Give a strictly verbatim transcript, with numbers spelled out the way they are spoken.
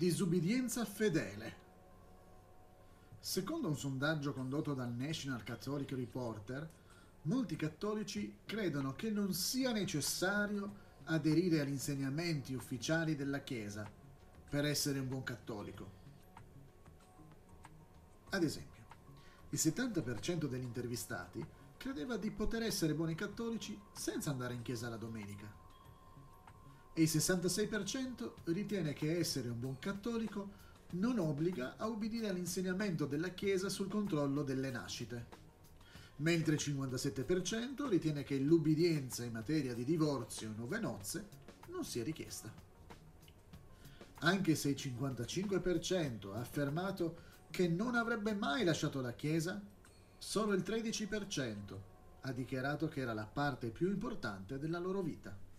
Disubbidienza fedele. Secondo un sondaggio condotto dal National Catholic Reporter, molti cattolici credono che non sia necessario aderire agli insegnamenti ufficiali della Chiesa per essere un buon cattolico. Ad esempio, il settanta per cento degli intervistati credeva di poter essere buoni cattolici senza andare in chiesa la domenica. E il sessantasei per cento ritiene che essere un buon cattolico non obbliga a ubbidire all'insegnamento della Chiesa sul controllo delle nascite, mentre il cinquantasette per cento ritiene che l'ubbidienza in materia di divorzio e nuove nozze non sia richiesta. Anche se il cinquantacinque per cento ha affermato che non avrebbe mai lasciato la Chiesa, solo il tredici per cento ha dichiarato che era la parte più importante della loro vita.